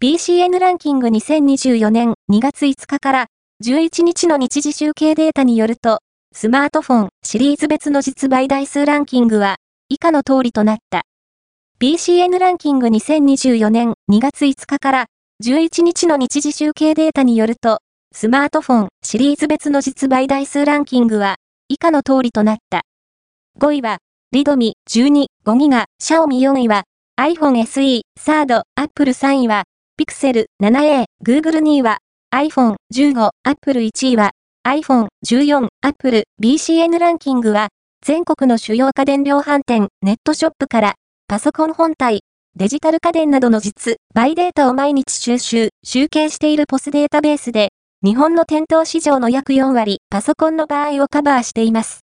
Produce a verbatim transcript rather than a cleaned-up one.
ピーシーエヌ ランキングにせんにじゅうよねんにがついつかからじゅういちにちの日時集計データによると、スマートフォンシリーズ別の実売台数ランキングは以下の通りとなった。ピーシーエヌ ランキングにせんにじゅうよねんにがついつかからじゅういちにちの日時集計データによると、スマートフォンシリーズ別の実売台数ランキングは以下の通りとなった。ごいは、リドミじゅうに、ごギガ、シャオミよんいは、iPhone エスイー、サード、Apple さんいは、Pixel ななエー、Google にいは、iPhone じゅうご、Appleいちいは、iPhone じゅうよん、Apple、ビーシーエヌ ランキングは、全国の主要家電量販店、ネットショップから、パソコン本体、デジタル家電などの実売データを毎日収集、集計しているポスデータベースで、日本の店頭市場の約よんわり、パソコンの場合をカバーしています。